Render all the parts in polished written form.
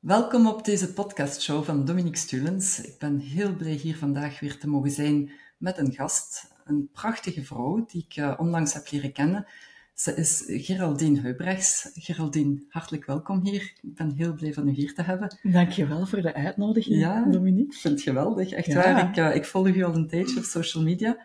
Welkom op deze podcastshow van Dominique Stulens. Ik ben heel blij hier vandaag weer te mogen zijn met een gast. Een prachtige vrouw die ik onlangs heb leren kennen. Ze is Geraldine Huybrechts. Geraldine, hartelijk welkom hier. Ik ben heel blij van u hier te hebben. Dankjewel voor de uitnodiging, Ja, Dominique. Ik vind het geweldig. Echt Ja. waar. Ik volg u al een tijdje op social media.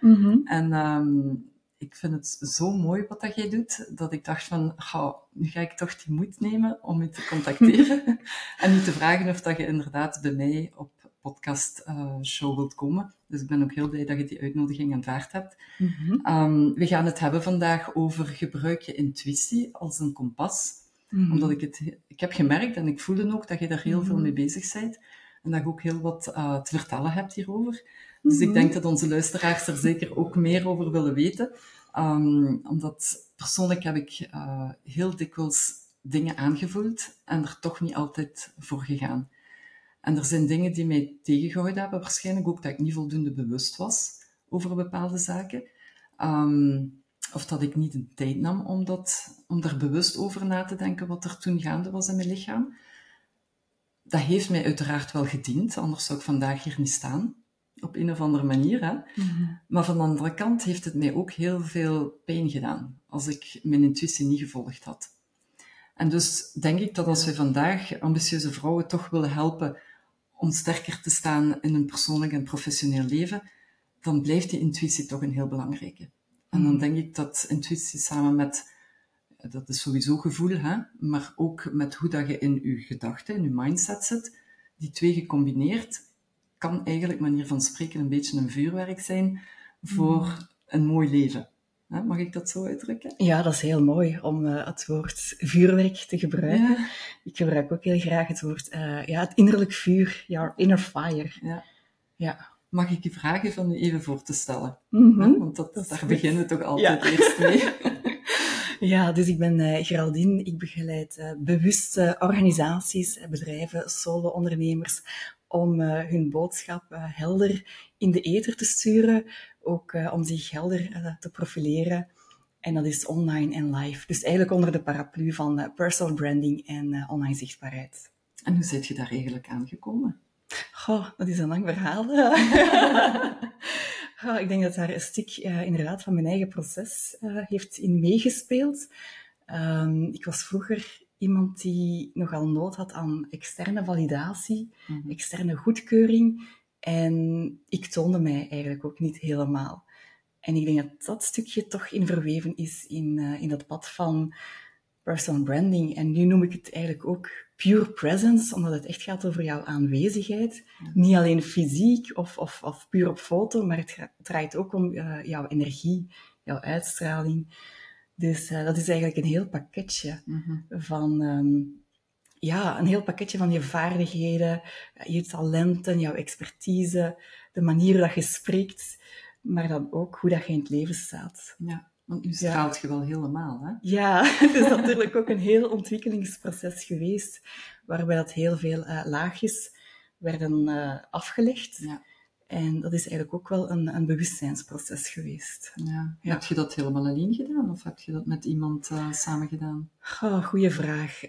En ik vind het zo mooi wat dat jij doet, dat ik dacht van, nu ga ik toch die moed nemen om u te contacteren en u te vragen of dat je inderdaad bij mij op podcast show wilt komen. Dus ik ben ook heel blij dat je die uitnodiging aanvaard hebt. We gaan het hebben vandaag over gebruik je intuïtie als een kompas. Omdat ik heb gemerkt en ik voelde ook dat je daar heel veel mee bezig bent. En dat je ook heel wat te vertellen hebt hierover. Dus ik denk dat onze luisteraars er zeker ook meer over willen weten. Omdat persoonlijk heb ik heel dikwijls dingen aangevoeld en er toch niet altijd voor gegaan. En er zijn dingen die mij tegengehouden hebben, waarschijnlijk ook dat ik niet voldoende bewust was over bepaalde zaken. Of dat ik niet de tijd nam om daar bewust over na te denken wat er toen gaande was in mijn lichaam. Dat heeft mij uiteraard wel gediend, anders zou ik vandaag hier niet staan. Op een of andere manier. Hè? Maar van de andere kant heeft het mij ook heel veel pijn gedaan, als ik mijn intuïtie niet gevolgd had. En dus denk ik dat als we vandaag ambitieuze vrouwen toch willen helpen om sterker te staan in hun persoonlijk en professioneel leven, dan blijft die intuïtie toch een heel belangrijke. En dan denk ik dat intuïtie samen met, dat is sowieso gevoel, hè, maar ook met hoe dat je in je gedachten, in je mindset zit, die twee gecombineerd, kan eigenlijk, manier van spreken, een beetje een vuurwerk zijn voor een mooi leven. Mag ik dat zo uitdrukken? Ja, dat is heel mooi om het woord vuurwerk te gebruiken. Ja. Ik gebruik ook heel graag het woord, het innerlijk vuur, your inner fire. Ja. Mag ik je vragen van u even voor te stellen? Want daar beginnen we toch altijd eerst mee. Ja, dus ik ben Geraldine. Ik begeleid bewuste organisaties, bedrijven, solo-ondernemers om hun boodschap helder in de ether te sturen. Ook om zich helder te profileren. En dat is online en live. Dus eigenlijk onder de paraplu van personal branding en online zichtbaarheid. En hoe zit je daar eigenlijk aangekomen? Dat is een lang verhaal. Ik denk dat daar een stuk inderdaad van mijn eigen proces heeft in meegespeeld. Ik was vroeger iemand die nogal nood had aan externe validatie, externe goedkeuring. En ik toonde mij eigenlijk ook niet helemaal. En ik denk dat dat stukje toch in verweven is in dat pad van personal branding. En nu noem ik het eigenlijk ook pure presence, omdat het echt gaat over jouw aanwezigheid. Niet alleen fysiek of puur op foto, maar het draait ook om jouw energie, jouw uitstraling. Dus dat is eigenlijk een heel pakketje van... een heel pakketje van je vaardigheden, je talenten, jouw expertise, de manier dat je spreekt, maar dan ook hoe dat je in het leven staat. Ja. Want nu straalt je wel helemaal, hè? Ja, het is natuurlijk ook een heel ontwikkelingsproces geweest, waarbij dat heel veel laagjes werden afgelegd. Ja. En dat is eigenlijk ook wel een bewustzijnsproces geweest. Ja. Heb je dat helemaal alleen gedaan, of heb je dat met iemand samen gedaan? Goeie vraag.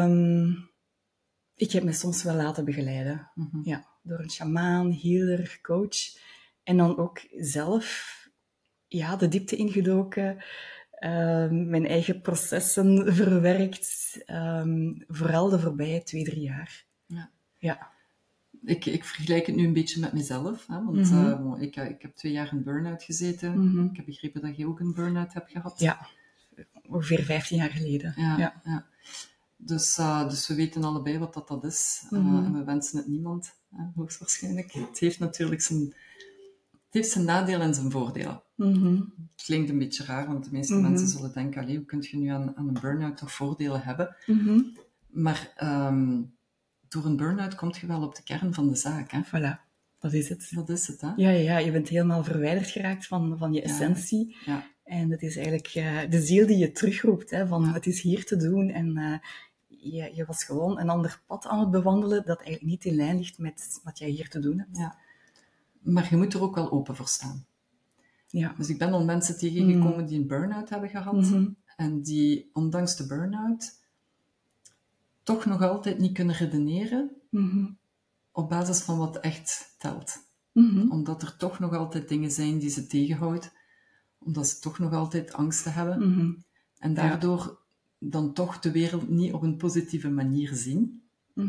Ik heb me soms wel laten begeleiden. Ja, door een shamaan, healer, coach. En dan ook zelf de diepte ingedoken, mijn eigen processen verwerkt, vooral de voorbije 2-3 jaar. Ja. Ik vergelijk het nu een beetje met mezelf, hè, want ik heb 2 jaar in burn-out gezeten. Ik heb begrepen dat je ook een burn-out hebt gehad. Ja, ongeveer 15 jaar geleden. Ja. Dus we weten allebei wat dat is. En we wensen het niemand, hoogstwaarschijnlijk. Het heeft natuurlijk zijn nadelen en zijn voordelen. Het klinkt een beetje raar, want de meeste mensen zullen denken, hoe kun je nu aan een burn-out toch voordelen hebben? Maar door een burn-out kom je wel op de kern van de zaak. Hè? Voilà, dat is het. Dat is het, hè? Ja, je bent helemaal verwijderd geraakt van je essentie. Ja. En het is eigenlijk de ziel die je terugroept, hè, van het is hier te doen. En je was gewoon een ander pad aan het bewandelen dat eigenlijk niet in lijn ligt met wat jij hier te doen hebt. Ja. Maar je moet er ook wel open voor staan. Ja. Dus ik ben al mensen tegengekomen die een burn-out hebben gehad. En die, ondanks de burn-out, toch nog altijd niet kunnen redeneren op basis van wat echt telt. Omdat er toch nog altijd dingen zijn die ze tegenhoudt, omdat ze toch nog altijd angsten hebben. En daardoor dan toch de wereld niet op een positieve manier zien.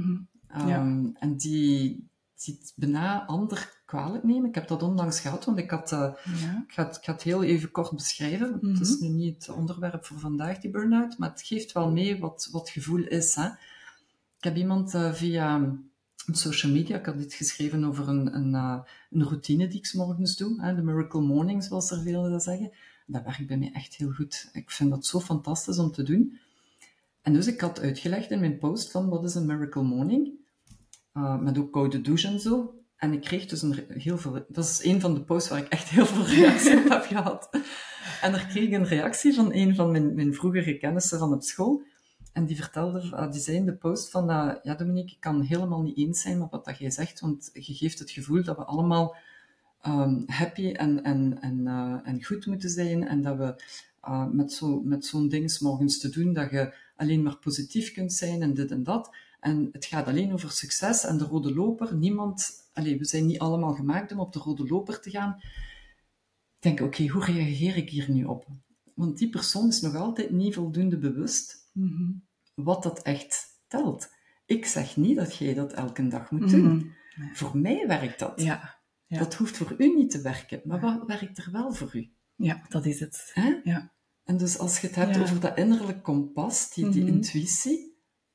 En die het bijna ander kwalijk nemen. Ik heb dat onlangs gehad, want ik ga het heel even kort beschrijven. Het is nu niet het onderwerp voor vandaag, die burn-out, maar het geeft wel mee wat gevoel is. Hè. Ik heb iemand via social media, ik had dit geschreven over een routine die ik 's morgens doe, hè, de Miracle Morning, zoals er velen dat zeggen. Dat werkt bij mij echt heel goed. Ik vind dat zo fantastisch om te doen. En dus ik had uitgelegd in mijn post van wat is een Miracle Morning, met ook koude douche en zo. En ik kreeg dus heel veel... Dat is een van de posts waar ik echt heel veel reactie op heb gehad. En er kreeg ik een reactie van een van mijn vroegere kennissen van op school. En die vertelde, die zei in de post van, ja Dominique, ik kan helemaal niet eens zijn met wat dat jij zegt, want je geeft het gevoel dat we allemaal happy en goed moeten zijn en dat we met zo'n ding 's morgens te doen, dat je alleen maar positief kunt zijn en dit en dat. En het gaat alleen over succes en de rode loper. We zijn niet allemaal gemaakt om op de rode loper te gaan. Ik denk, oké, hoe reageer ik hier nu op? Want die persoon is nog altijd niet voldoende bewust wat dat echt telt. Ik zeg niet dat jij dat elke dag moet doen. Nee. Voor mij werkt dat. Ja. Dat hoeft voor u niet te werken, maar wat werkt er wel voor u? Ja, dat is het. Ja. En dus als je het hebt over dat innerlijk kompas, die intuïtie,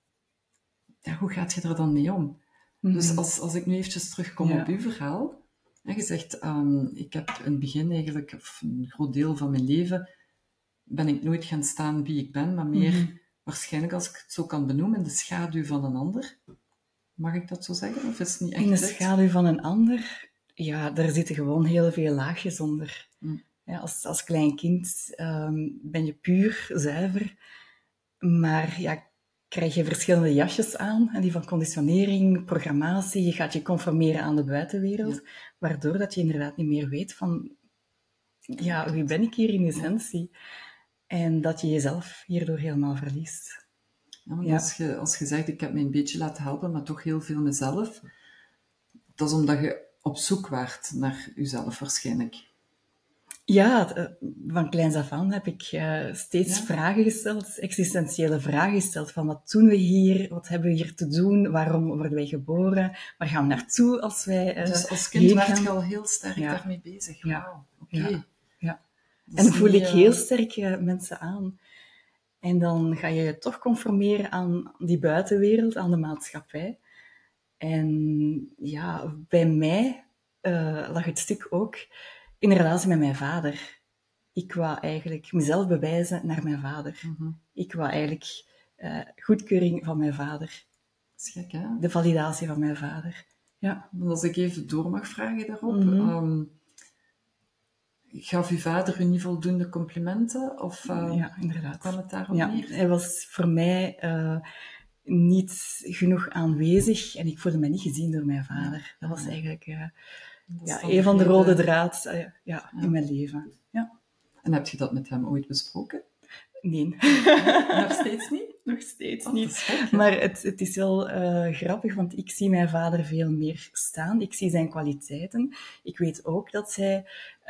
ja, hoe gaat je er dan mee om? Dus als ik nu eventjes terugkom op uw verhaal, en je zegt, ik heb in het begin eigenlijk, of een groot deel van mijn leven, ben ik nooit gaan staan wie ik ben, maar meer waarschijnlijk, als ik het zo kan benoemen, in de schaduw van een ander. Mag ik dat zo zeggen? Of is het niet echt in de schaduw van een ander? Ja, daar zitten gewoon heel veel laagjes onder. Ja, als klein kind ben je puur, zuiver, maar ja, krijg je verschillende jasjes aan, en die van conditionering, programmatie, je gaat je conformeren aan de buitenwereld, waardoor dat je inderdaad niet meer weet van, ja, wie ben ik hier in essentie? En dat je jezelf hierdoor helemaal verliest. Ja, want als je zegt, ik heb me een beetje laten helpen, maar toch heel veel mezelf, dat is omdat je op zoek waart naar jezelf waarschijnlijk. Ja, van kleins af aan heb ik steeds vragen gesteld, existentiële vragen gesteld, van wat doen we hier, wat hebben we hier te doen, waarom worden wij geboren, waar gaan we naartoe als wij Dus als kind werd je al heel sterk daarmee bezig. Ja. Wow. Okay. Ja. En dan voel ik heel sterk mensen aan. En dan ga je je toch conformeren aan die buitenwereld, aan de maatschappij. En ja, bij mij lag het stuk ook in de relatie met mijn vader. Ik wou eigenlijk mezelf bewijzen naar mijn vader. Ik wou eigenlijk goedkeuring van mijn vader. Dat is gek, hè? De validatie van mijn vader. Ja. Als ik even door mag vragen daarop. Gaf uw vader u niet voldoende complimenten? Of ja, inderdaad. Kwam het daarop neer? Hij was voor mij niet genoeg aanwezig en ik voelde me niet gezien door mijn vader. Dat was eigenlijk een van de rode draad in mijn leven. Ja. En heb je dat met hem ooit besproken? Nee. Nog steeds niet? Nog steeds niet. Maar het is wel grappig, want ik zie mijn vader veel meer staan. Ik zie zijn kwaliteiten. Ik weet ook dat hij...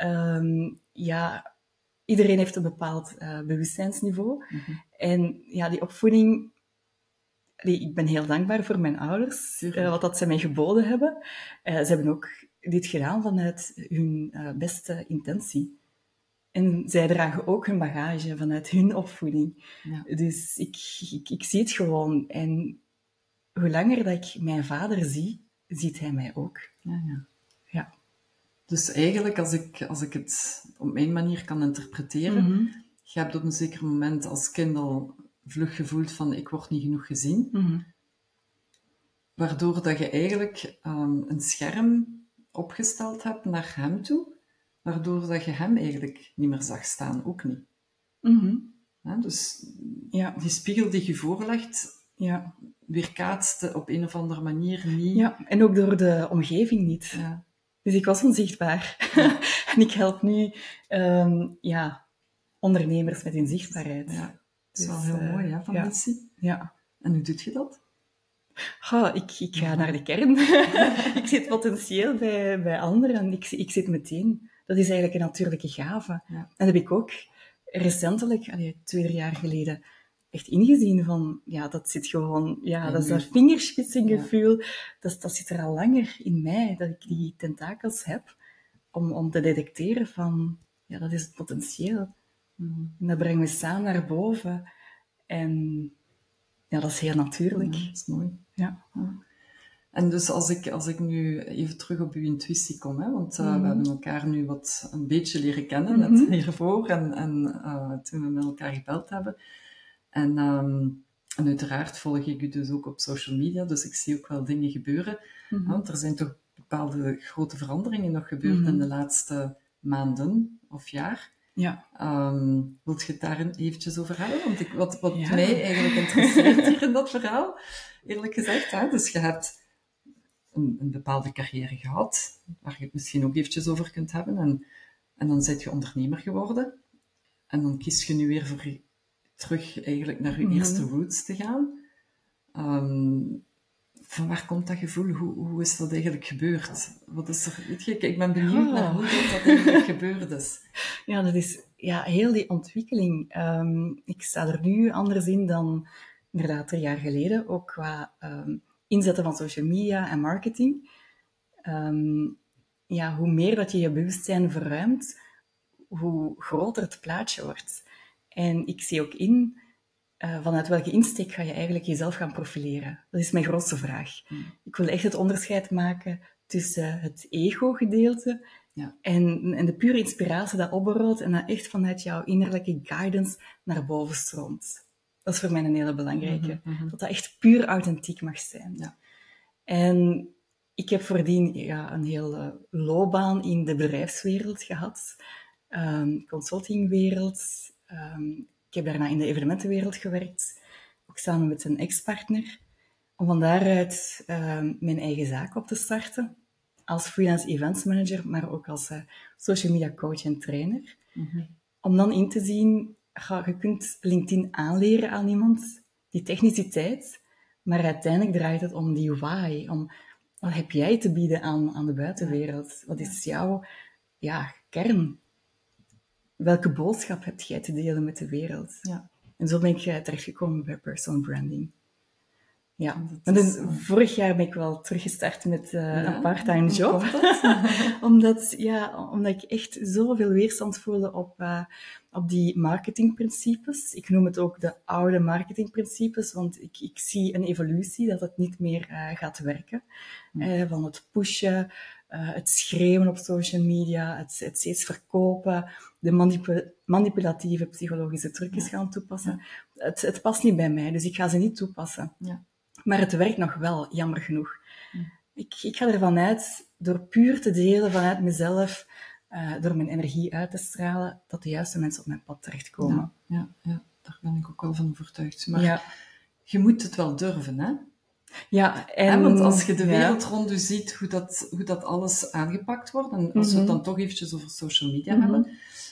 iedereen heeft een bepaald bewustzijnsniveau. En ja, die opvoeding... ik ben heel dankbaar voor mijn ouders, wat dat ze mij geboden hebben. Ze hebben ook dit gedaan vanuit hun beste intentie. En zij dragen ook hun bagage vanuit hun opvoeding. Ja. Dus ik zie het gewoon. En hoe langer dat ik mijn vader zie, ziet hij mij ook. Ja. Dus eigenlijk, als ik het op mijn manier kan interpreteren, je hebt op een zeker moment als kind al vlug gevoeld van ik word niet genoeg gezien. Waardoor dat je eigenlijk een scherm opgesteld hebt naar hem toe, waardoor dat je hem eigenlijk niet meer zag staan, ook niet. Dus die spiegel die je voorlegt, weerkaatste op een of andere manier niet. Ja, en ook door de omgeving niet. Ja. Dus ik was onzichtbaar. En ik help nu ondernemers met hun zichtbaarheid. Ja, dat is wel heel mooi, hè, van Missie. Ja. En hoe doe je dat? Ik ga naar de kern. Ik zie het potentieel bij anderen. Ik zie het meteen. Dat is eigenlijk een natuurlijke gave. Ja. En dat heb ik ook recentelijk, 2-3 jaar geleden, echt ingezien van, dat zit gewoon, dat is dat vingerspitsengevoel, dat zit er al langer in mij, dat ik die tentakels heb, om te detecteren van, dat is het potentieel. En dat brengt me samen naar boven. En dat is heel natuurlijk. Ja, dat is mooi. Ja. En dus als ik nu even terug op uw intuïtie kom, hè, want we hebben elkaar nu een beetje leren kennen, net hiervoor, en toen we met elkaar gebeld hebben. En uiteraard volg ik u dus ook op social media, dus ik zie ook wel dingen gebeuren. Want er zijn toch bepaalde grote veranderingen nog gebeurd in de laatste maanden of jaar. Ja. Wilt je het daar eventjes over hebben? Want wat mij eigenlijk interesseert hier in dat verhaal, eerlijk gezegd, hè, dus je hebt een bepaalde carrière gehad, waar je het misschien ook eventjes over kunt hebben, en dan ben je ondernemer geworden, en dan kies je nu weer voor terug eigenlijk naar je eerste roots te gaan. Van waar komt dat gevoel? Hoe is dat eigenlijk gebeurd? Wat is er, weet je, ik ben benieuwd naar hoe dat eigenlijk gebeurd is. Ja, dat is heel die ontwikkeling. Ik sta er nu anders in dan inderdaad 3 jaar geleden, ook qua inzetten van social media en marketing. Hoe meer dat je je bewustzijn verruimt, hoe groter het plaatje wordt. En ik zie ook in, vanuit welke insteek ga je eigenlijk jezelf gaan profileren? Dat is mijn grootste vraag. Ik wil echt het onderscheid maken tussen het ego-gedeelte en de pure inspiratie dat opborrelt en dat echt vanuit jouw innerlijke guidance naar boven stroomt. Dat is voor mij een hele belangrijke. Dat dat echt puur authentiek mag zijn. Ja. En ik heb voordien een hele loopbaan in de bedrijfswereld gehad. Consultingwereld. Ik heb daarna in de evenementenwereld gewerkt. Ook samen met een ex-partner. Om van daaruit mijn eigen zaak op te starten. Als freelance events manager, maar ook als social media coach en trainer. Om dan in te zien, je kunt LinkedIn aanleren aan iemand, die techniciteit, maar uiteindelijk draait het om die why, om wat heb jij te bieden aan de buitenwereld? Wat is jouw kern? Welke boodschap heb jij te delen met de wereld? Ja. En zo ben ik terechtgekomen bij personal branding. Ja, vorig jaar ben ik wel teruggestart met een part-time job. omdat ik echt zoveel weerstand voelde op die marketingprincipes. Ik noem het ook de oude marketingprincipes, want ik zie een evolutie dat het niet meer gaat werken. Van het pushen, het schreeuwen op social media, het steeds verkopen, de manipulatieve psychologische trucjes gaan toepassen. Ja. Het past niet bij mij, dus ik ga ze niet toepassen. Ja. Maar het werkt nog wel, jammer genoeg. Ik ga ervan uit, door puur te delen vanuit mezelf, door mijn energie uit te stralen, dat de juiste mensen op mijn pad terechtkomen. Ja, daar ben ik ook wel van overtuigd. Maar je moet het wel durven, hè? Ja, want als je de wereld rond je ziet, hoe dat alles aangepakt wordt, en als we het dan toch eventjes over social media hebben,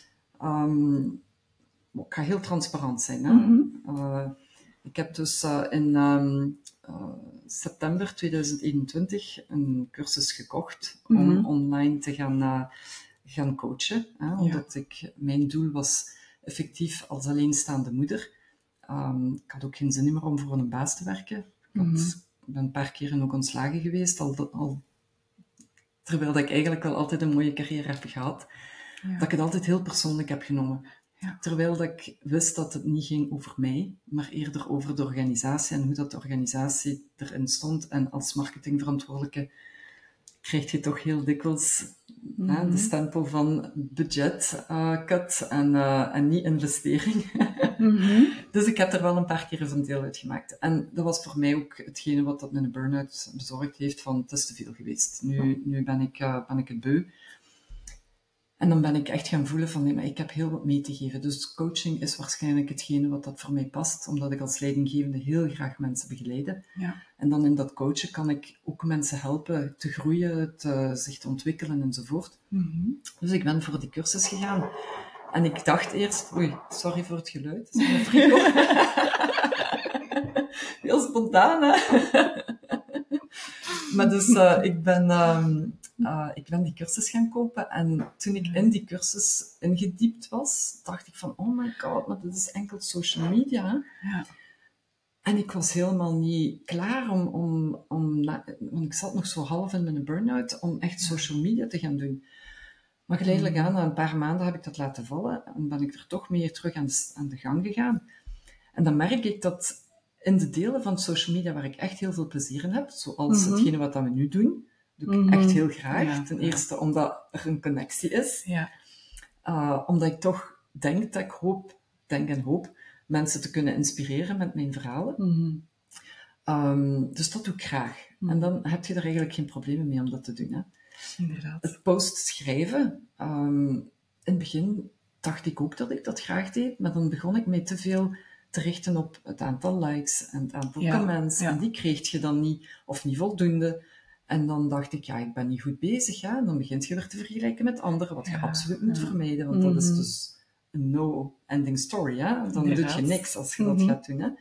ik ga heel transparant zijn, hè? Ik heb dus in september 2021 een cursus gekocht om online te gaan coachen. Omdat mijn doel was effectief als alleenstaande moeder. Ik had ook geen zin meer om voor een baas te werken. Ik ben een paar keer ook ontslagen geweest, terwijl ik eigenlijk wel altijd een mooie carrière heb gehad. Ja. Dat ik het altijd heel persoonlijk heb genomen. Ja. Terwijl dat ik wist dat het niet ging over mij, maar eerder over de organisatie en hoe dat de organisatie erin stond. En als marketingverantwoordelijke krijg je toch heel dikwijls de stempel van budget cut en niet investering. Dus ik heb er wel een paar keer eens een deel uit gemaakt. En dat was voor mij ook hetgene wat dat mijn burn-out bezorgd heeft, van het is te veel geweest. Nu ben ik het beu. En dan ben ik echt gaan voelen van, nee, maar ik heb heel wat mee te geven. Dus coaching is waarschijnlijk hetgene wat dat voor mij past, omdat ik als leidinggevende heel graag mensen begeleide. Ja. En dan in dat coachen kan ik ook mensen helpen te groeien, zich te ontwikkelen enzovoort. Dus ik ben voor die cursus gegaan. En ik dacht eerst, sorry voor het geluid, het is een frigo. Heel spontaan, hè? Maar dus, ik ben die cursus gaan kopen. En toen ik in die cursus ingediept was, dacht ik van, oh my god, maar dit is enkel social media, hè? Ja. En ik was helemaal niet klaar want ik zat nog zo half in mijn burn-out, om echt social media te gaan doen. Maar geleidelijk aan, na een paar maanden heb ik dat laten vallen en ben ik er toch meer terug aan de gang gegaan. En dan merk ik dat in de delen van social media waar ik echt heel veel plezier in heb, zoals hetgene wat we nu doen, doe ik echt heel graag. Ja, ten eerste omdat er een connectie is. Ja. Omdat ik toch denk en hoop mensen te kunnen inspireren met mijn verhalen. Dus dat doe ik graag. En dan heb je er eigenlijk geen problemen mee om dat te doen. Hè. Inderdaad. Het post schrijven. In het begin dacht ik ook dat ik dat graag deed, maar dan begon ik mij te veel te richten op het aantal likes en het aantal comments. Ja. En die kreeg je dan niet, of niet voldoende. En dan dacht ik, ik ben niet goed bezig. Hè? En dan begint je weer te vergelijken met anderen, wat je absoluut moet vermijden, want dat is dus een no-ending story. Hè? Dan doe je niks als je dat gaat doen. Hè?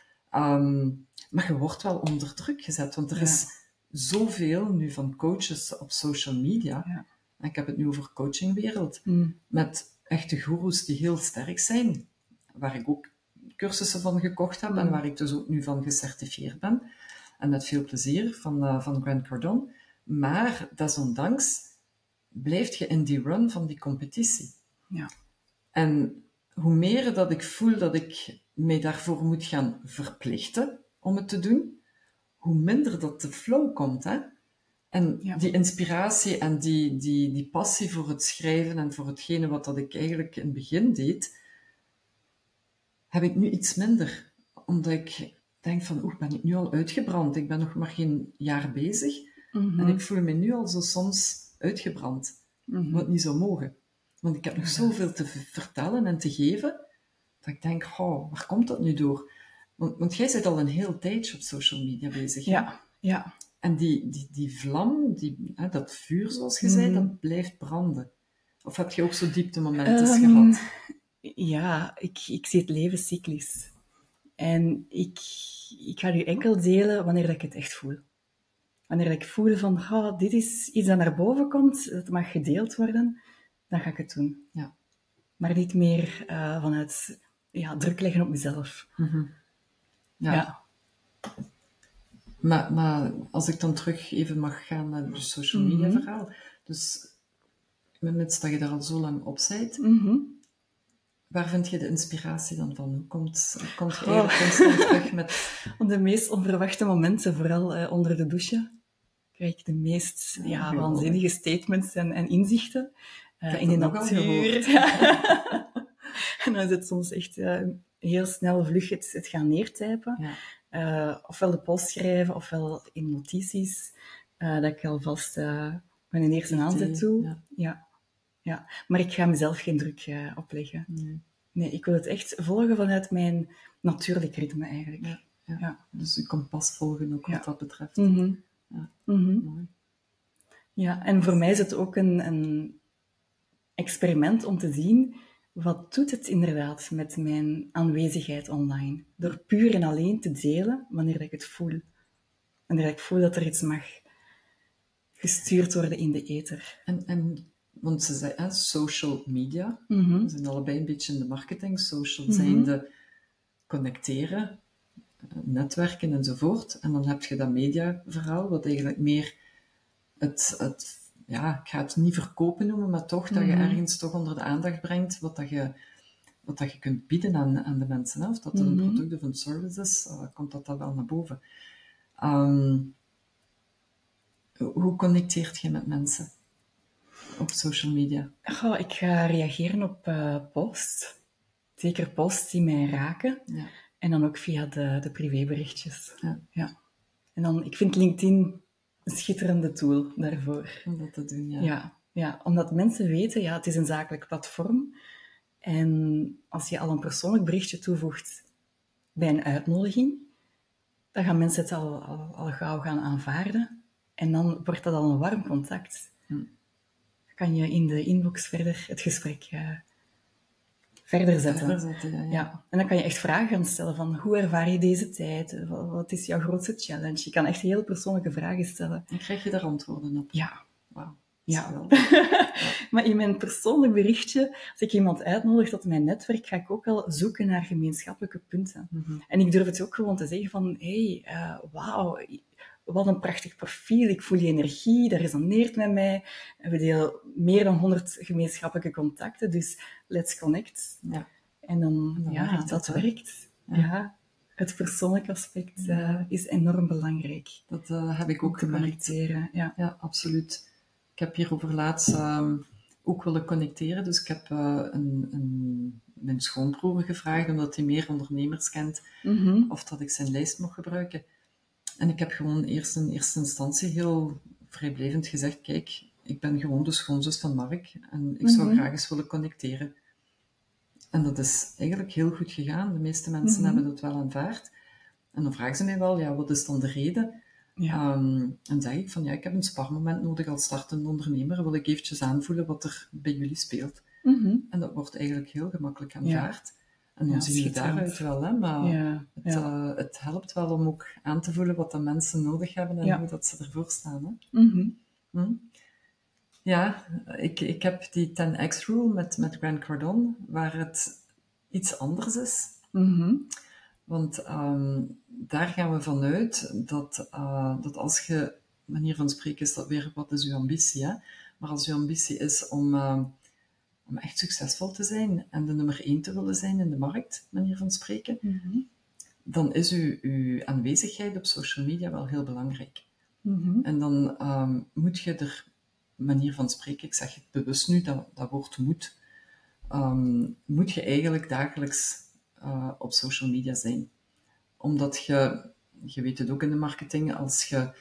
Maar je wordt wel onder druk gezet, want er is zoveel nu van coaches op social media. Ja. En ik heb het nu over coachingwereld. Met echte goeroes die heel sterk zijn, waar ik ook cursussen van gekocht heb en waar ik dus ook nu van gecertificeerd ben. En met veel plezier van Grant Cardone. Maar desondanks blijf je in die run van die competitie. Ja. En hoe meer dat ik voel dat ik mij daarvoor moet gaan verplichten om het te doen, hoe minder dat de flow komt, hè. En die inspiratie en die passie voor het schrijven en voor hetgene wat dat ik eigenlijk in het begin deed, heb ik nu iets minder. Omdat ik denk van, ben ik nu al uitgebrand? Ik ben nog maar geen jaar bezig. En ik voel me nu al zo soms uitgebrand. Wat niet zou mogen. Want ik heb nog zoveel te vertellen en te geven, dat ik denk, waar komt dat nu door? Want jij bent al een heel tijdje op social media bezig. Ja. En die vlam, dat vuur, zoals je zei, dat blijft branden. Of heb je ook zo dieptemomenten gehad? Ja, ik zie het leven cyclisch. En ik ga u enkel delen wanneer ik het echt voel. Wanneer ik voel van, dit is iets dat naar boven komt, dat mag gedeeld worden, dan ga ik het doen. Ja. Maar niet meer vanuit druk leggen op mezelf. Ja. Maar als ik dan terug even mag gaan naar het social media verhaal. Dus, mits dat je daar al zo lang op bent, waar vind je de inspiratie dan van? Hoe komt je eigenlijk constant terug met... Op de meest onverwachte momenten, vooral onder de douche, krijg ik de meest waanzinnige statements en inzichten. In de natuur. En dan is het soms echt heel snel vlug het gaan neertypen. Ja. Ofwel de post schrijven, ofwel in notities, dat ik alvast mijn eerste aanzet doe. Ja. Maar ik ga mezelf geen druk opleggen. Nee, ik wil het echt volgen vanuit mijn natuurlijk ritme eigenlijk. Ja. Dus je kompas volgen ook wat dat betreft. Mooi. Ja, en voor mij is het ook een experiment om te zien, wat doet het inderdaad met mijn aanwezigheid online? Door puur en alleen te delen wanneer ik het voel. Wanneer ik voel dat er iets mag gestuurd worden in de ether. Want ze zei, social media, we zijn allebei een beetje in de marketing, social zijn de connecteren, netwerken enzovoort. En dan heb je dat mediaverhaal, wat eigenlijk meer ik ga het niet verkopen noemen, maar toch dat je ergens toch onder de aandacht brengt wat dat je kunt bieden aan de mensen. Hè? Of dat het een product of een service is, komt dat wel naar boven. Hoe connecteert je met mensen op social media? Ik ga reageren op posts. Zeker posts die mij raken. Ja. En dan ook via de privéberichtjes. Ja. En dan, ik vind LinkedIn een schitterende tool daarvoor. Om dat te doen, ja. Omdat mensen weten, het is een zakelijk platform. En als je al een persoonlijk berichtje toevoegt bij een uitnodiging, dan gaan mensen het al gauw gaan aanvaarden. En dan wordt dat al een warm contact. Kan je in de inbox verder het gesprek verder zetten. Verder zetten, ja. En dan kan je echt vragen gaan stellen van, hoe ervaar je deze tijd? Wat is jouw grootste challenge? Je kan echt heel persoonlijke vragen stellen. En krijg je daar antwoorden op? Ja. Wauw. Ja. Maar in mijn persoonlijk berichtje, als ik iemand uitnodig tot mijn netwerk, ga ik ook wel zoeken naar gemeenschappelijke punten. En ik durf het ook gewoon te zeggen van, wauw, wat een prachtig profiel, ik voel die energie, dat resoneert met mij. En we delen meer dan 100 gemeenschappelijke contacten, dus let's connect. Ja. En dan werkt dat werkt. Ja. Het persoonlijke aspect is enorm belangrijk. Dat heb ik ook gemerkt. Ja, absoluut. Ik heb hierover laatst ook willen connecteren. Dus ik heb mijn schoonbroer gevraagd, omdat hij meer ondernemers kent, of dat ik zijn lijst mocht gebruiken. En ik heb gewoon eerst in eerste instantie heel vrijblijvend gezegd, kijk, ik ben gewoon de schoonzus van Mark en ik zou graag eens willen connecteren. En dat is eigenlijk heel goed gegaan. De meeste mensen hebben dat wel aanvaard. En dan vragen ze mij wel, ja, wat is dan de reden? Ja. En zeg ik van, ja, ik heb een sparmoment nodig als startende ondernemer. Wil ik eventjes aanvoelen wat er bij jullie speelt. En dat wordt eigenlijk heel gemakkelijk aanvaard. En dan zie je daaruit wel, hè, maar het helpt wel om ook aan te voelen wat de mensen nodig hebben en hoe dat ze ervoor staan. Hè. Ja, ik heb die 10x rule met Grant Cardone, waar het iets anders is. Want daar gaan we vanuit dat als je, manier van spreken is dat weer, wat is uw ambitie, hè? Maar als uw ambitie is om echt succesvol te zijn en de nummer 1 te willen zijn in de markt, manier van spreken, dan is uw aanwezigheid op social media wel heel belangrijk. En dan moet je er, manier van spreken, ik zeg het bewust nu, dat woord moet je eigenlijk dagelijks op social media zijn. Omdat je weet het ook in de marketing, als je,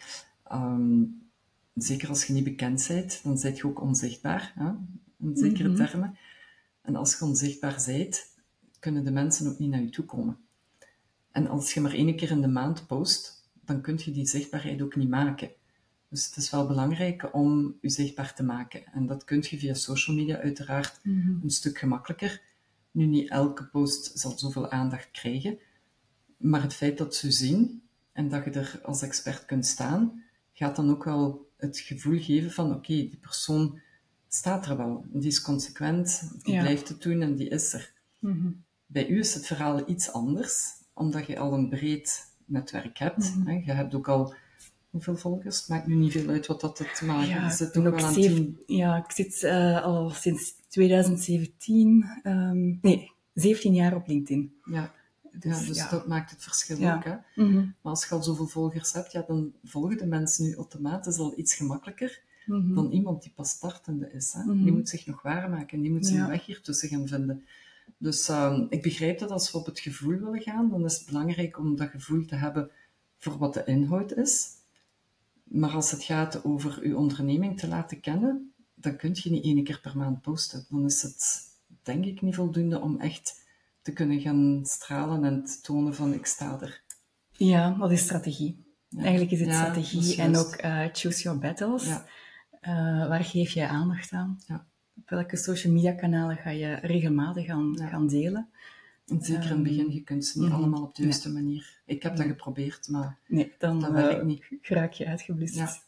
zeker als je niet bekend bent, dan ben je ook onzichtbaar, hè? In zekere termen. En als je onzichtbaar bent, kunnen de mensen ook niet naar je toe komen. En als je maar 1 keer in de maand post, dan kun je die zichtbaarheid ook niet maken. Dus het is wel belangrijk om je zichtbaar te maken. En dat kun je via social media uiteraard een stuk gemakkelijker. Nu, niet elke post zal zoveel aandacht krijgen. Maar het feit dat ze je zien en dat je er als expert kunt staan, gaat dan ook wel het gevoel geven van oké, die persoon staat er wel. Die is consequent, die blijft het doen en die is er. Bij u is het verhaal iets anders, omdat je al een breed netwerk hebt. Je hebt ook al hoeveel volgers? Het maakt nu niet veel uit wat dat het maakt. Ja, je zit ook wel aan 10. Ja, ik zit al sinds 2017, 17 jaar op LinkedIn. Dus dat maakt het verschil ook. Hè? Maar als je al zoveel volgers hebt, dan volgen de mensen nu automatisch al iets gemakkelijker dan iemand die pas startende is. Hè? Die moet zich nog waarmaken, die moet zijn weg hier tussen gaan vinden. Dus ik begrijp dat als we op het gevoel willen gaan, dan is het belangrijk om dat gevoel te hebben voor wat de inhoud is. Maar als het gaat over uw onderneming te laten kennen, dan kun je niet 1 keer per maand posten. Dan is het, denk ik, niet voldoende om echt te kunnen gaan stralen en te tonen van ik sta er. Ja, dat is strategie. Eigenlijk is het strategie en ook choose your battles. Waar geef jij aandacht aan? Op welke social media kanalen ga je regelmatig gaan delen? En zeker in het begin, je kunt ze niet allemaal op de juiste manier. Ik heb dat geprobeerd, maar dan dat werkt niet. Raak je uitgeblust.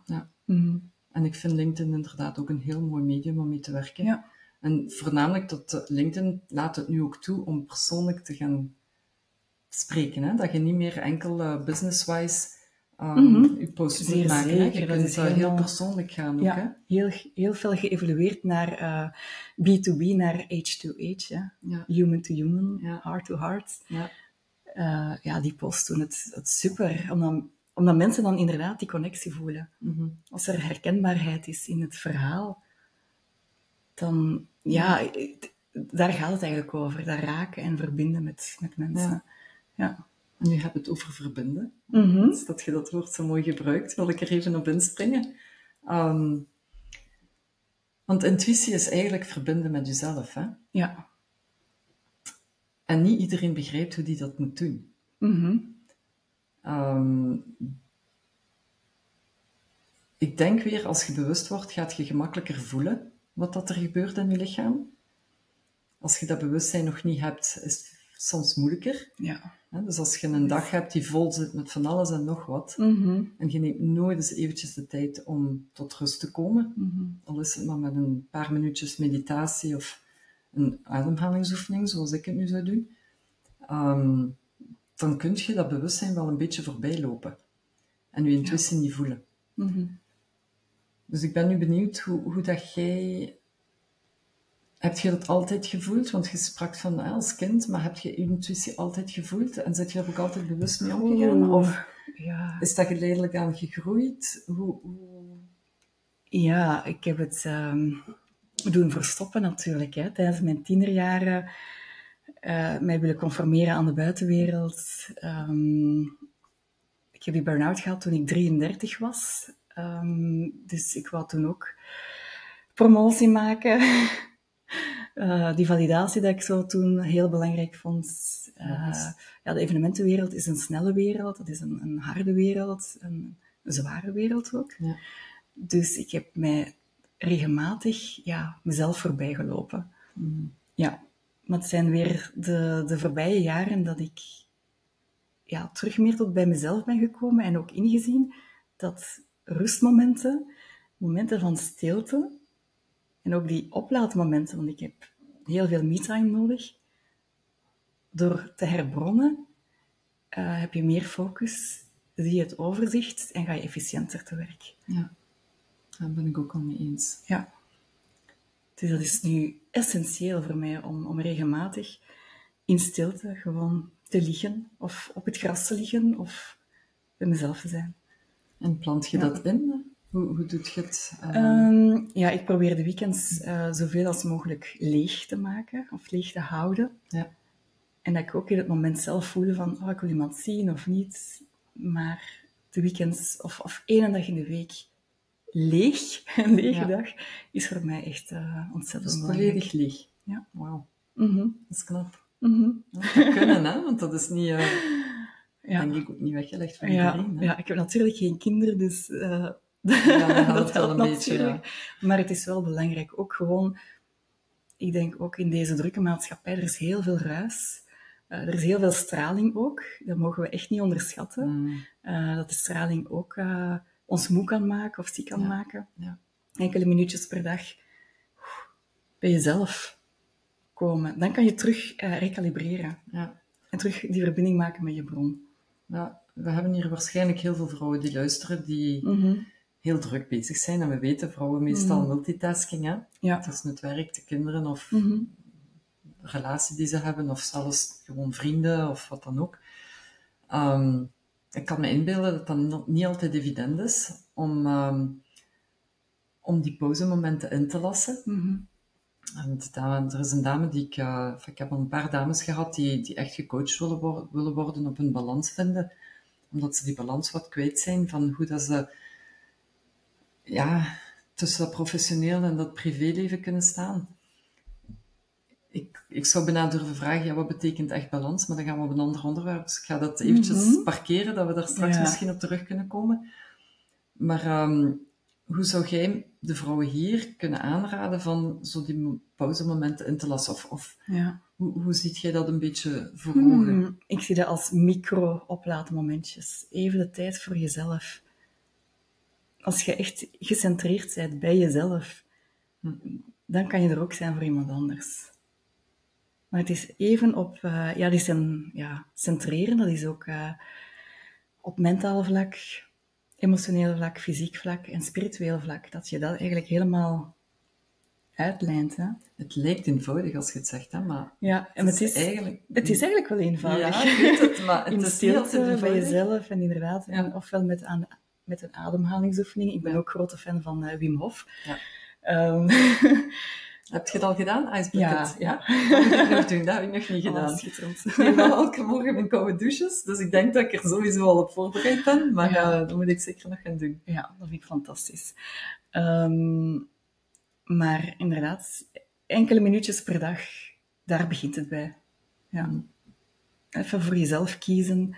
En ik vind LinkedIn inderdaad ook een heel mooi medium om mee te werken. En voornamelijk dat LinkedIn laat het nu ook toe om persoonlijk te gaan spreken. Hè? Dat je niet meer enkel business-wise je post moet maken. Zeker, je kunt heel persoonlijk gaan ook. Hè? Heel veel geëvolueerd naar B2B, naar H2H. Human to human, heart to heart. Die posts doen het super, omdat mensen dan inderdaad die connectie voelen. Als er herkenbaarheid is in het verhaal, dan daar gaat het eigenlijk over. Dat raken en verbinden met mensen. En nu heb je het over verbinden. Dat je dat woord zo mooi gebruikt, wil ik er even op inspringen. Want intuïtie is eigenlijk verbinden met jezelf. Hè? Ja. En niet iedereen begrijpt hoe die dat moet doen. Ik denk weer, als je bewust wordt, gaat je gemakkelijker voelen wat dat er gebeurt in je lichaam. als je dat bewustzijn nog niet hebt, is het soms moeilijker. Ja. Dus als je een dag hebt die vol zit met van alles en nog wat, en je neemt nooit eens eventjes de tijd om tot rust te komen, al is het maar met een paar minuutjes meditatie of een ademhalingsoefening, zoals ik het nu zou doen, dan kun je dat bewustzijn wel een beetje voorbij lopen. En je intuïtie niet voelen. Dus ik ben nu benieuwd hoe dat jij... Heb je dat altijd gevoeld? Want je sprak van als kind, maar heb je intuïtie altijd gevoeld? En zit je er ook altijd bewust mee omgegaan? Of is dat geleidelijk aan gegroeid? Ja, ik heb het doen verstoppen natuurlijk. Hè. Tijdens mijn tienerjaren mij willen conformeren aan de buitenwereld. Ik heb die burn-out gehad toen ik 33 was. Dus ik wou toen ook promotie maken. Die validatie dat ik zo toen heel belangrijk vond. De evenementenwereld is een snelle wereld. Het is een harde wereld. Een zware wereld ook. Ja. Dus ik heb mij regelmatig mezelf voorbij gelopen. Ja, maar het zijn weer de voorbije jaren dat ik terug meer tot bij mezelf ben gekomen en ook ingezien dat rustmomenten, momenten van stilte en ook die oplaadmomenten, want ik heb heel veel me-time nodig, door te herbronnen heb je meer focus, zie je het overzicht en ga je efficiënter te werk. Ja, daar ben ik ook al mee eens. Ja. Dus dat is nu essentieel voor mij om regelmatig in stilte gewoon te liggen, of op het gras te liggen, of bij mezelf te zijn. En plant je dat in? Hoe doe je het? Ik probeer de weekends zoveel als mogelijk leeg te maken, of leeg te houden. Ja. En dat ik ook in het moment zelf voel van, ik wil iemand zien of niet. Maar de weekends, of één dag in de week, een lege dag, is voor mij echt ontzettend dus belangrijk. Volledig leeg? Ja. Wauw. Dat is knap. Dat kunnen, hè? Want dat is niet... denk ik ook niet weggelegd voor iedereen. Hè? Ja, ik heb natuurlijk geen kinderen, dus dat helpt een beetje. Maar het is wel belangrijk. Ook gewoon, ik denk ook in deze drukke maatschappij, er is heel veel ruis. Er is heel veel straling ook. Dat mogen we echt niet onderschatten. Dat de straling ook ons moe kan maken of ziek kan maken. Ja. Enkele minuutjes per dag bij jezelf komen. Dan kan je terug recalibreren. Ja. En terug die verbinding maken met je bron. Ja, we hebben hier waarschijnlijk heel veel vrouwen die luisteren, die heel druk bezig zijn. En we weten, vrouwen meestal multitasking, hè? Ja. Tussen het werk, de kinderen of de relatie die ze hebben, of zelfs gewoon vrienden of wat dan ook. Ik kan me inbeelden dat dat niet altijd evident is om die pauzemomenten in te lassen. En er is een dame die ik heb al een paar dames gehad die echt gecoacht willen worden op hun balans vinden, omdat ze die balans wat kwijt zijn van hoe dat ze tussen dat professioneel en dat privéleven kunnen staan. Ik zou bijna durven vragen, wat betekent echt balans? Maar dan gaan we op een ander onderwerp, dus ik ga dat eventjes parkeren, dat we daar straks misschien op terug kunnen komen. Maar hoe zou jij de vrouwen hier kunnen aanraden van zo die pauzemomenten in te lassen? Hoe ziet jij dat een beetje voor ogen? Ik zie dat als micro-oplaadmomentjes. Even de tijd voor jezelf. Als je echt gecentreerd bent bij jezelf, dan kan je er ook zijn voor iemand anders. Maar het is even op... dat is centreren, dat is ook op mentaal vlak, emotioneel vlak, fysiek vlak en spiritueel vlak, dat je dat eigenlijk helemaal uitlijnt. Hè? Het lijkt eenvoudig als je het zegt, hè, maar het is eigenlijk wel eenvoudig. Ja, ik weet het, maar het in is niet altijd eenvoudig. Bij jezelf en inderdaad, ofwel met een ademhalingsoefening. Ik ben ook grote fan van Wim Hof. Ja. Heb je het al gedaan, Ice Bucket? Ja. Dat heb ik nog niet gedaan. Schitterend. Ik neem wel elke morgen mijn koude douches, dus ik denk dat ik er sowieso al op voorbereid ben, maar dat moet ik zeker nog gaan doen. Ja, dat vind ik fantastisch. Maar inderdaad, enkele minuutjes per dag, daar begint het bij. Ja. Even voor jezelf kiezen,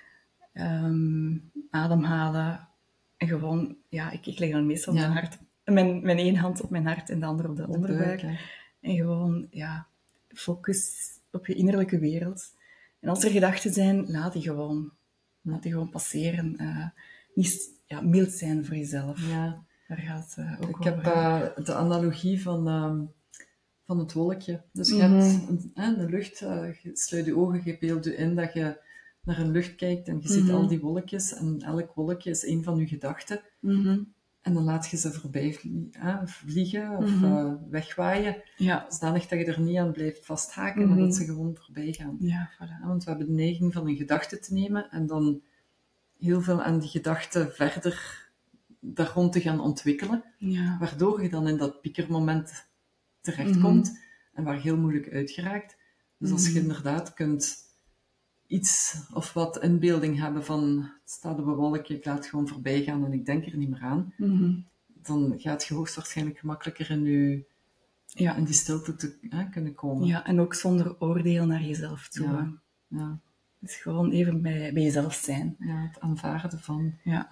ademhalen en gewoon, ik leg dan meestal mijn één hand op mijn hart en de andere op de onderbuik. En gewoon, Focus op je innerlijke wereld. En als er gedachten zijn, laat die gewoon. Laat die gewoon passeren. Niet mild zijn voor jezelf. Ja. Daar gaat het ook Ik heb de analogie van het wolkje. Dus je hebt de lucht, je sluit je ogen, je beeldt je in dat je naar een lucht kijkt en je ziet al die wolkjes en elk wolkje is een van je gedachten. En dan laat je ze voorbij vliegen of wegwaaien. Ja. Zodanig dat je er niet aan blijft vasthaken, maar dat ze gewoon voorbij gaan. Ja, voilà. Want we hebben de neiging van een gedachte te nemen en dan heel veel aan die gedachte verder daar rond te gaan ontwikkelen. Ja. Waardoor je dan in dat piekermoment terechtkomt en waar je heel moeilijk uitgeraakt. Dus als je inderdaad kunt iets of wat inbeelding hebben van het staat op een wolkje, ik laat het gewoon voorbij gaan en ik denk er niet meer aan, dan gaat je hoogstwaarschijnlijk gemakkelijker in die stilte kunnen komen. Ja, en ook zonder oordeel naar jezelf toe. Ja. Dus gewoon even bij jezelf zijn. Ja, het aanvaarden van. Ja.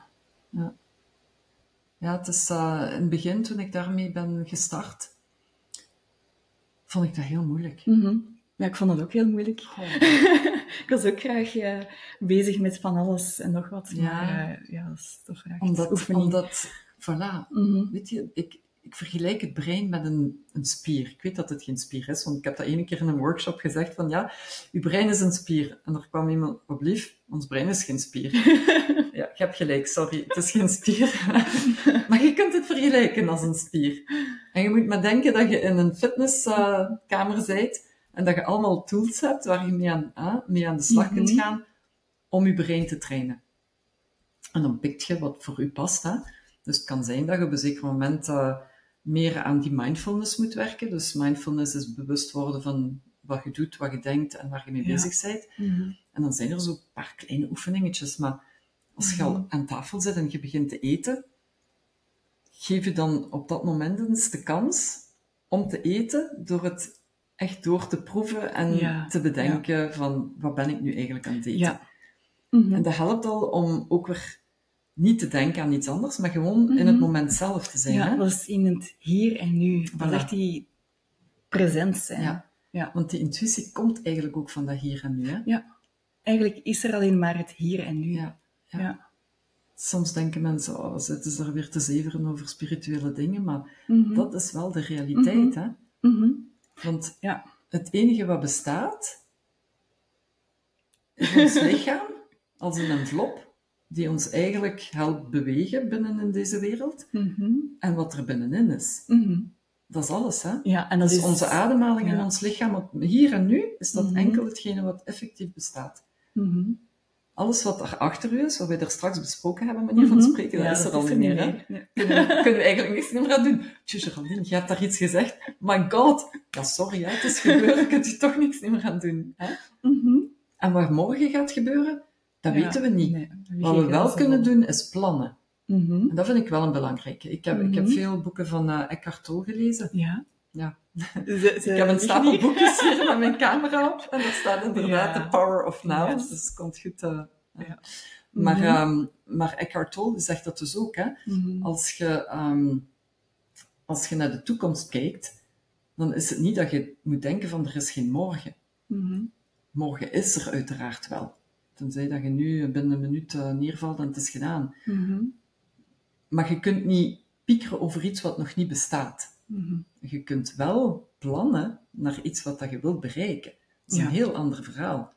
Ja, het is in het begin, toen ik daarmee ben gestart, vond ik dat heel moeilijk. Ja, ik vond het ook heel moeilijk. Ik was ook graag bezig met van alles en nog wat. Maar dat is toch graag oefening. Voilà. Weet je, ik vergelijk het brein met een spier. Ik weet dat het geen spier is, want ik heb dat ene keer in een workshop gezegd van ja, uw brein is een spier. En er kwam iemand op lief, ons brein is geen spier. Ja, je hebt gelijk, sorry, het is geen spier. Maar je kunt het vergelijken als een spier. En je moet maar denken dat je in een fitnesskamer bent en dat je allemaal tools hebt waar je mee aan de slag kunt gaan om je brein te trainen. En dan pikt je wat voor je past. Hè? Dus het kan zijn dat je op een zeker moment meer aan die mindfulness moet werken. Dus mindfulness is bewust worden van wat je doet, wat je denkt en waar je mee bezig bent. En dan zijn er zo een paar kleine oefeningetjes. Maar als je al aan tafel zit en je begint te eten, geef je dan op dat moment eens de kans om te eten door het echt door te proeven en te bedenken van wat ben ik nu eigenlijk aan het eten. Ja. En dat helpt al om ook weer niet te denken aan iets anders, maar gewoon in het moment zelf te zijn. Ja, hè? dat is in het hier en nu. Dat is Voilà. echt die present zijn. Ja. Want die intuïtie komt eigenlijk ook van dat hier en nu. Hè? Ja. Eigenlijk is er alleen maar het hier en nu. Ja. Soms denken mensen, zitten ze er weer te zeveren over spirituele dingen, maar dat is wel de realiteit. Hè? Want het enige wat bestaat, is ons lichaam als een envelop, die ons eigenlijk helpt bewegen binnen in deze wereld, en wat er binnenin is. Dat is alles, hè? Ja, en dat dus is onze ademhaling in ons lichaam, hier en nu, is dat enkel hetgene wat effectief bestaat. Alles wat er achter u is, wat wij daar straks besproken hebben, manier van spreken, dat is er al niet meer. Hè? Nee. Kunnen we eigenlijk niks meer aan doen. Geraldine, je hebt daar iets gezegd. My god. Ja, sorry, hè, het is gebeurd. Je kunt je toch niks meer aan doen. Hè? En wat morgen gaat gebeuren, dat weten we niet. Nee, wat we wel kunnen doen, is plannen. En dat vind ik wel een belangrijke. Ik heb veel boeken van Eckhart Tolle gelezen. Ja. Ik heb een stapel boekjes hier met mijn camera op. En daar staat inderdaad The Power of Now. Dus het komt goed. Maar Eckhart Tolle zegt dat dus ook. Hè? Als je naar de toekomst kijkt, dan is het niet dat je moet denken van er is geen morgen. Morgen is er uiteraard wel. Tenzij dat je nu binnen een minuut neervalt en het is gedaan. Maar je kunt niet piekeren over iets wat nog niet bestaat. Je kunt wel plannen naar iets wat dat je wilt bereiken. Dat is een heel ander verhaal.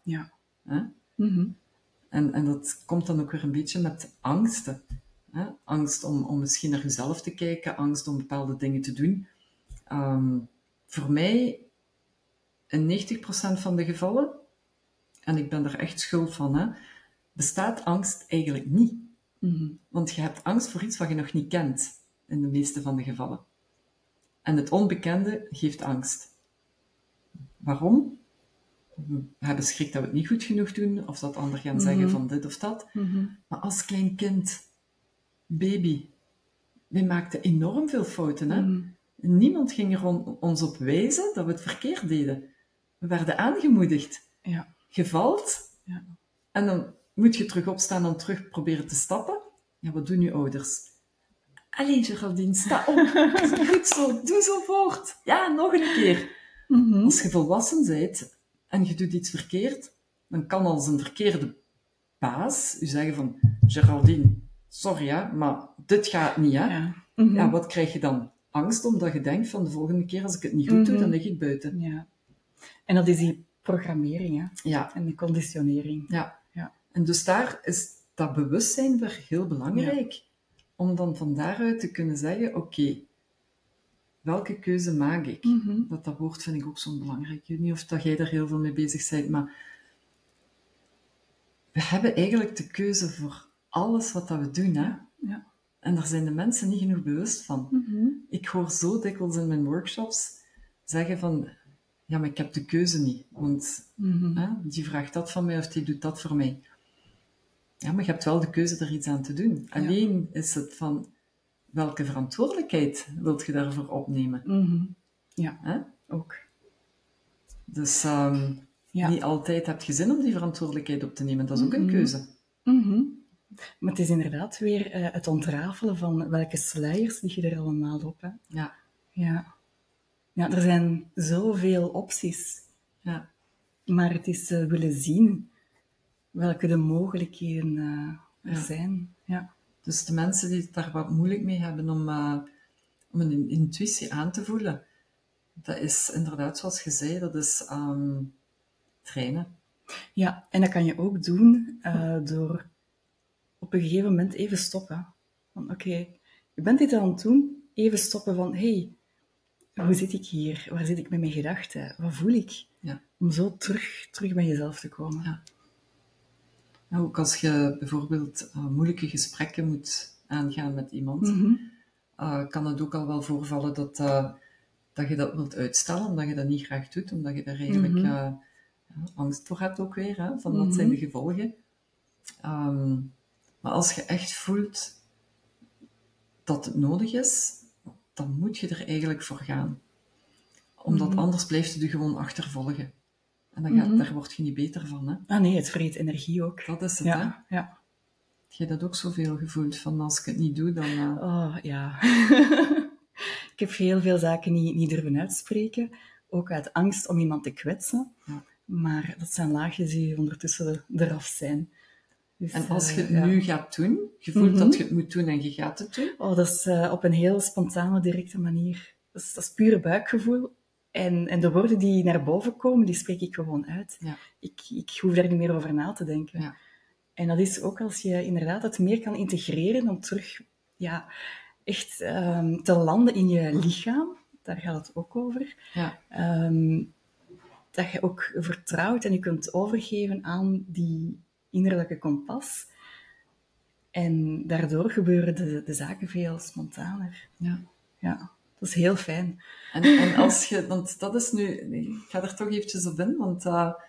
En dat komt dan ook weer een beetje met angsten. Hè? Angst om misschien naar jezelf te kijken, angst om bepaalde dingen te doen. Voor mij, in 90% van de gevallen, en ik ben er echt schuld van, hè, bestaat angst eigenlijk niet. Want je hebt angst voor iets wat je nog niet kent, in de meeste van de gevallen. En het onbekende geeft angst. Waarom? We hebben schrik dat we het niet goed genoeg doen, of dat anderen gaan zeggen van dit of dat. Maar als klein kind, baby, wij maakten enorm veel fouten. Hè? Niemand ging er ons op wijzen dat we het verkeerd deden. We werden aangemoedigd. Je valt, en dan moet je terug opstaan en terug proberen te stappen. Ja, wat doen je ouders? Allee, Geraldine, sta op. Goed zo, doe zo voort. Ja, nog een keer. Als je volwassen bent en je doet iets verkeerd, dan kan als een verkeerde baas u zeggen van, Geraldine, sorry hè, maar dit gaat niet hè. Ja. Ja, wat krijg je dan? Angst, omdat je denkt van de volgende keer als ik het niet goed doe, dan lig ik buiten. Ja. En dat is die programmering, hè? Ja. En die conditionering. Ja. Ja. En dus daar is dat bewustzijn weer heel belangrijk. Om dan van daaruit te kunnen zeggen, oké, welke keuze maak ik? Dat woord vind ik ook zo belangrijk. Ik weet niet of dat jij daar heel veel mee bezig bent, maar we hebben eigenlijk de keuze voor alles wat dat we doen. Hè? Ja. En daar zijn de mensen niet genoeg bewust van. Ik hoor zo dikwijls in mijn workshops zeggen van, ja, maar ik heb de keuze niet. Want die vraagt dat van mij of die doet dat voor mij. Ja, maar je hebt wel de keuze er iets aan te doen. Alleen is het van, welke verantwoordelijkheid wilt je daarvoor opnemen? Ja, ook. Dus niet altijd heb je zin om die verantwoordelijkheid op te nemen. Dat is ook een keuze. Maar het is inderdaad weer het ontrafelen van welke sluiers liggen er allemaal op. Hè? Ja. Ja, er zijn zoveel opties. Ja. Maar het is willen zien welke de mogelijkheden er zijn. Ja. Dus de mensen die het daar wat moeilijk mee hebben om een intuïtie aan te voelen, dat is inderdaad, zoals je zei, dat is trainen. Ja, en dat kan je ook doen door op een gegeven moment even stoppen. Van oké, je bent dit aan het doen, even stoppen van hey, hoe zit ik hier? Waar zit ik met mijn gedachten? Wat voel ik? Ja. Om zo terug bij jezelf te komen. Ja. Nou, ook als je bijvoorbeeld moeilijke gesprekken moet aangaan met iemand, kan het ook al wel voorvallen dat je dat wilt uitstellen, omdat je dat niet graag doet, omdat je daar eigenlijk angst voor hebt ook weer, hè, van wat zijn de gevolgen. Maar als je echt voelt dat het nodig is, dan moet je er eigenlijk voor gaan. Omdat anders blijft het je gewoon achtervolgen. En dan daar word je niet beter van. Hè? Ah nee, het vreet energie ook. Dat is het, ja, hè? Ja. Heb je dat ook zoveel gevoeld, van als ik het niet doe, dan... Oh, ja. Ik heb heel veel zaken niet durven uitspreken. Ook uit angst om iemand te kwetsen. Ja. Maar dat zijn laagjes die ondertussen eraf zijn. Dus, en als je het nu gaat doen, je voelt dat je het moet doen en je gaat het doen? Oh, dat is op een heel spontane, directe manier. Dat is pure buikgevoel. En de woorden die naar boven komen, die spreek ik gewoon uit. Ja. Ik hoef daar niet meer over na te denken. Ja. En dat is ook als je inderdaad het meer kan integreren, om terug echt te landen in je lichaam. Daar gaat het ook over. Ja. Dat je ook vertrouwt en je kunt overgeven aan die innerlijke kompas. En daardoor gebeuren de zaken veel spontaner. Ja, dat is heel fijn. En als je, want dat is nu, ik ga er toch eventjes op in, want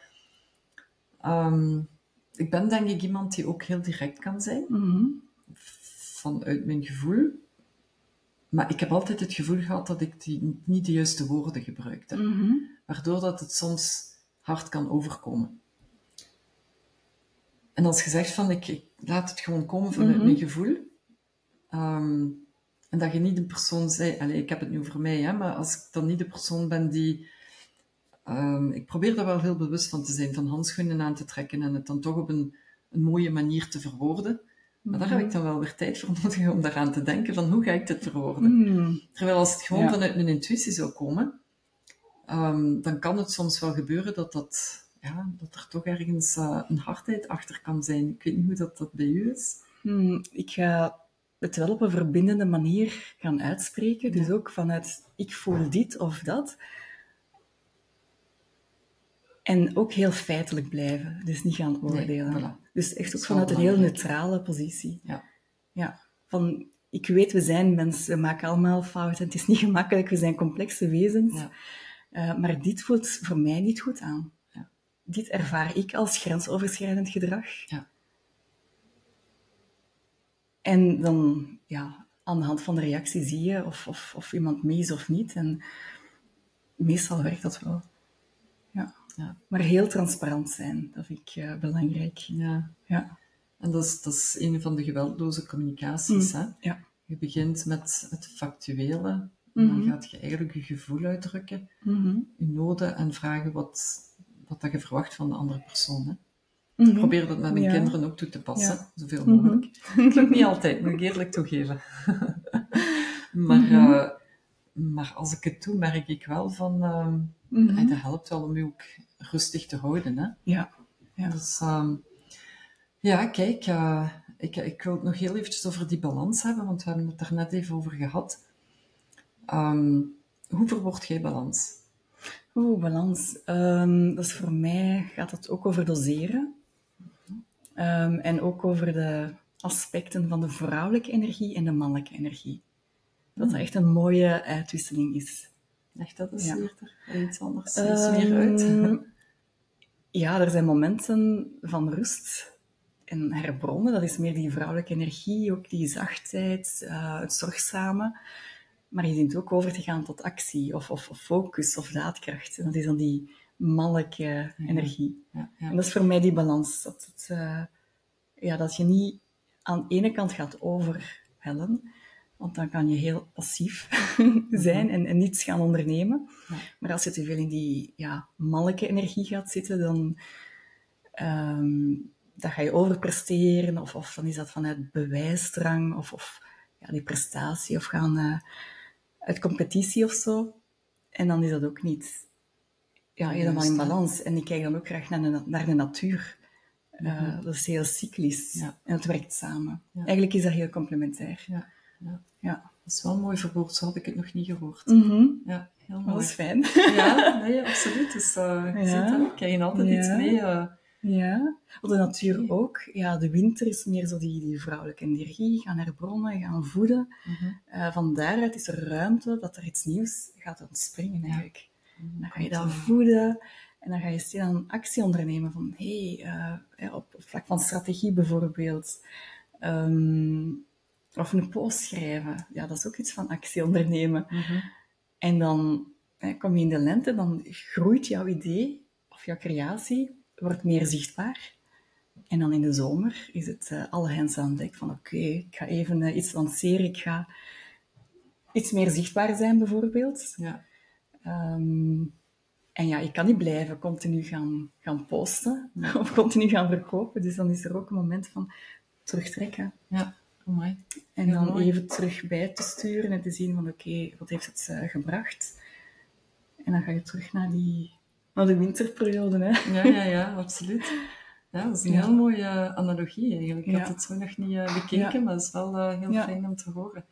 ik ben denk ik iemand die ook heel direct kan zijn, vanuit mijn gevoel. Maar ik heb altijd het gevoel gehad dat ik niet de juiste woorden gebruikte. Waardoor dat het soms hard kan overkomen. En als je zegt van, ik laat het gewoon komen vanuit mijn gevoel. En dat je niet de persoon zei, allez, ik heb het nu over mij, hè, maar als ik dan niet de persoon ben die... ik probeer daar wel heel bewust van te zijn, van handschoenen aan te trekken en het dan toch op een mooie manier te verwoorden. Maar daar heb ik dan wel weer tijd voor nodig om daaraan te denken, van hoe ga ik dit verwoorden? Terwijl als het gewoon vanuit mijn intuïtie zou komen, dan kan het soms wel gebeuren dat er toch ergens een hardheid achter kan zijn. Ik weet niet hoe dat bij u is. Ik ga het wel op een verbindende manier gaan uitspreken. Dus ook vanuit, ik voel dit of dat. En ook heel feitelijk blijven. Dus niet gaan oordelen. Nee, voilà. Dus echt ook vanuit een heel neutrale positie. Ja. Van, ik weet, we zijn mensen, we maken allemaal fouten. Het is niet gemakkelijk, we zijn complexe wezens. Maar dit voelt voor mij niet goed aan. Dit ervaar ik als grensoverschrijdend gedrag. En dan, aan de hand van de reactie zie je of iemand mee is of niet. En meestal werkt dat wel. Ja. Maar heel transparant zijn, dat vind ik belangrijk. Ja. En dat is een van de geweldloze communicaties. Hè? Ja. Je begint met het factuele, En dan gaat je eigenlijk je gevoel uitdrukken, je noden en vragen wat dat je verwacht van de andere persoon. Hè. Ik probeer dat met mijn kinderen ook toe te passen, zoveel mogelijk. Het lukt niet altijd, moet ik eerlijk toegeven. Maar als ik het doe, merk ik wel van... dat helpt wel om je ook rustig te houden. Hè. Ja. Dus kijk, ik wil het nog heel eventjes over die balans hebben, want we hebben het daar net even over gehad. Hoe verwoord jij balans? Balans. Dat is voor mij, gaat het ook over doseren. En ook over de aspecten van de vrouwelijke energie en de mannelijke energie. Dat er echt een mooie uitwisseling is. Echt, dat is eerder iets anders, iets meer uit. Ja, er zijn momenten van rust en herbronnen. Dat is meer die vrouwelijke energie, ook die zachtheid, het zorgzame. Maar je dient ook over te gaan tot actie of focus of daadkracht. En dat is dan die mannelijke energie. Ja. En dat is voor mij die balans. Dat je niet aan de ene kant gaat overhellen, want dan kan je heel passief zijn en niets gaan ondernemen. Ja. Maar als je te veel in die mannelijke energie gaat zitten, dan ga je overpresteren, of dan is dat vanuit bewijsdrang, of die prestatie, of gaan uit competitie of zo. En dan is dat ook niet helemaal in balans. En ik kijk dan ook graag naar de natuur. Dat is heel cyclisch. Ja. En het werkt samen. Ja. Eigenlijk is dat heel complementair. Ja. Dat is wel mooi verwoord, zo had ik het nog niet gehoord. Ja, heel mooi. Dat is fijn. Ja, nee, absoluut. Dus je ziet dat, ik krijg altijd iets mee. Ja, op de natuur ook. Ja, de winter is meer zo die vrouwelijke energie, gaan herbronnen, gaan voeden. Van daaruit is er ruimte dat er iets nieuws gaat ontspringen eigenlijk. Dan ga je dat voeden en dan ga je stilaan actie ondernemen van op vlak van strategie bijvoorbeeld. Of een post schrijven. Ja, dat is ook iets van actie ondernemen. En dan kom je in de lente, dan groeit jouw idee of jouw creatie, wordt meer zichtbaar. En dan in de zomer is het alle hens aan dek van oké, ik ga even iets lanceren, ik ga iets meer zichtbaar zijn bijvoorbeeld. Ja. En ik kan niet blijven continu gaan posten of continu gaan verkopen. Dus dan is er ook een moment van terugtrekken. Ja, amai. En dan even terug bij te sturen en te zien van oké, wat heeft het gebracht? En dan ga je terug naar de winterperiode. Hè? Ja, absoluut. Ja, dat is een heel mooie analogie eigenlijk. Ik had het zo nog niet bekeken, maar het is wel heel fijn om te horen.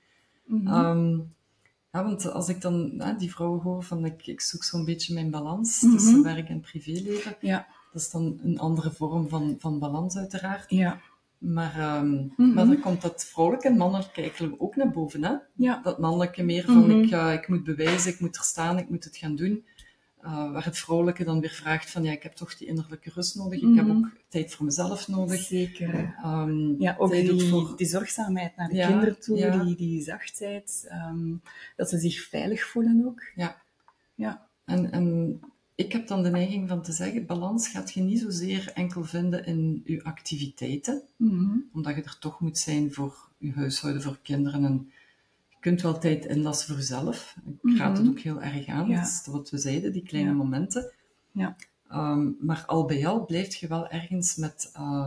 Want als ik dan die vrouwen hoor van ik zoek zo'n beetje mijn balans tussen werk en privéleven, dat is dan een andere vorm van balans uiteraard. Ja. Maar dan komt dat vrouwelijke en mannelijke eigenlijk ook naar boven. Hè? Ja. Dat mannelijke meer van ik moet bewijzen, ik moet er staan, ik moet het gaan doen. Waar het vrouwelijke dan weer vraagt van ik heb toch die innerlijke rust nodig, ik heb ook tijd voor mezelf nodig. Zeker. Ook die zorgzaamheid naar de kinderen toe, die zachtheid, dat ze zich veilig voelen ook. Ja. En ik heb dan de neiging van te zeggen, balans gaat je niet zozeer enkel vinden in je activiteiten, omdat je er toch moet zijn voor je huishouden, voor kinderen. En je kunt wel tijd inlassen voor jezelf. Ik raad het ook heel erg aan. Dat is wat we zeiden, die kleine momenten. Ja. Maar al bij al blijf je wel ergens met...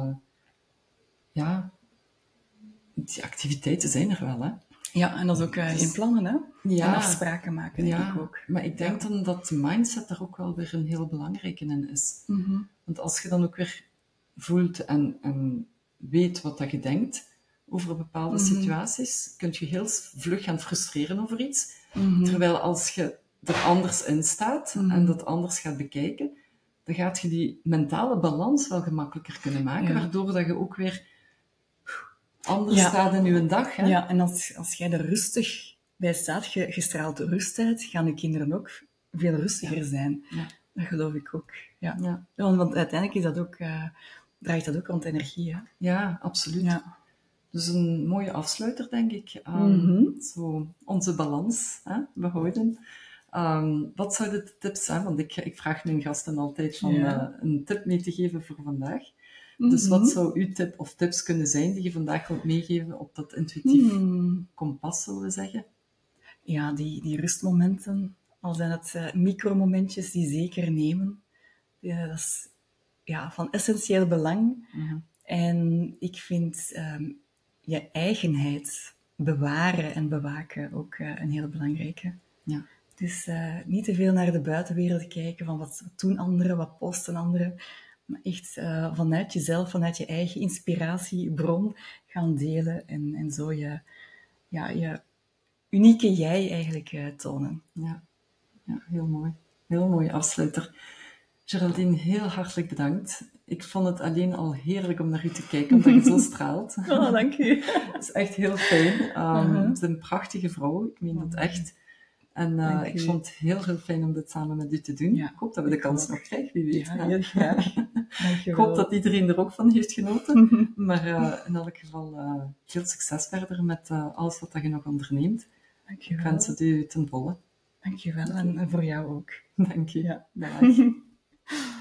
die activiteiten zijn er wel, hè. Ja, en dat is ook in plannen, hè. En afspraken maken, denk ik ook. Maar ik denk dan dat de mindset daar ook wel weer een heel belangrijke in is. Want als je dan ook weer voelt en weet wat dat je denkt over bepaalde situaties, kun je heel vlug gaan frustreren over iets. Terwijl als je er anders in staat en dat anders gaat bekijken, dan gaat je die mentale balans wel gemakkelijker kunnen maken, waardoor dat je ook weer anders staat in je dag. Hè? Ja, en als jij er rustig bij staat, je straalt rust uit, gaan de kinderen ook veel rustiger zijn. Ja. Dat geloof ik ook. Ja. Want uiteindelijk is dat ook, draait dat ook rond energie. Hè? Ja, absoluut. Ja. Dus een mooie afsluiter, denk ik. Zo onze balans behouden. Wat zouden de tips zijn? Want ik vraag mijn gasten altijd van een tip mee te geven voor vandaag. Dus wat zou uw tip of tips kunnen zijn die je vandaag wilt meegeven op dat intuïtief kompas, zullen we zeggen? ja, die rustmomenten, al zijn het micromomentjes, die zeker nemen. Dat is ja, van essentieel belang. En ik vind je eigenheid bewaren en bewaken ook een hele belangrijke. Ja. Dus niet te veel naar de buitenwereld kijken, van wat doen anderen, wat posten anderen. Maar echt vanuit jezelf, vanuit je eigen inspiratiebron gaan delen. En zo je unieke jij eigenlijk tonen. Ja, heel mooi. Heel mooie afsluiter. Geraldine, heel hartelijk bedankt. Ik vond het alleen al heerlijk om naar u te kijken, omdat je zo straalt. Oh, dank u. Het is echt heel fijn. Het is een prachtige vrouw, ik meen dat echt. En ik vond het heel fijn om dit samen met u te doen. Ja, ik hoop dat we de kans nog krijgen, wie weet. Ja, heel graag. Ik hoop dat iedereen er ook van heeft genoten. Maar in elk geval veel succes verder met alles wat je nog onderneemt. Dankjewel. Ik wens het u ten volle. Dankjewel en voor jou ook. Dank je. Ja. Dag.